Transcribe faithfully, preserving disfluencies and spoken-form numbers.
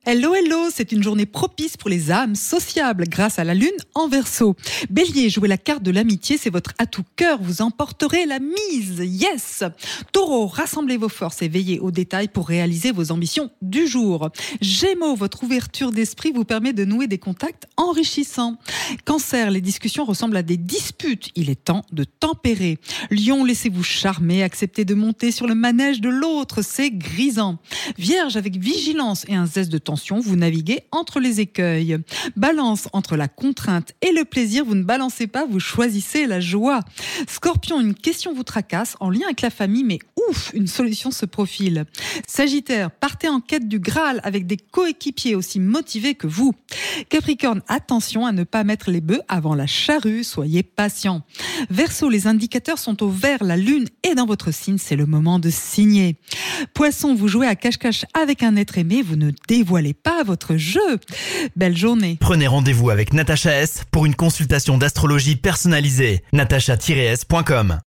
Hello, hello, c'est une journée propice pour les âmes sociables grâce à la lune en Verseau. Bélier, jouez la carte de l'amitié, c'est votre atout cœur, vous emporterez la mise. Yes. Taureau, rassemblez vos forces et veillez aux détails pour réaliser vos ambitions du jour. Gémeaux, votre ouverture d'esprit vous permet de nouer des contacts enrichissants. Cancer, les discussions ressemblent à des disputes, il est temps de tempérer. Lion, laissez-vous charmer, acceptez de monter sur le manège de l'autre, c'est grisant. Vierge, avec vigilance et un zeste de tension, vous naviguez entre les écueils. Balance, entre la contrainte et le plaisir, vous ne balancez pas, vous choisissez la joie. Scorpion, une question vous tracasse en lien avec la famille, mais ouf, une solution se profile. Sagittaire, partez en quête du Graal avec des coéquipiers aussi motivés que vous. Capricorne, attention à ne pas mettre les bœufs avant la charrue, soyez patient. Verseau, les indicateurs sont au vert, la lune est dans votre signe, c'est le moment de signer. Poisson, vous jouez à cache-cache avec un être aimé, vous ne dévoilez pas votre jeu. Belle journée. Prenez rendez-vous avec Natacha S pour une consultation d'astrologie personnalisée. natacha tiret s point com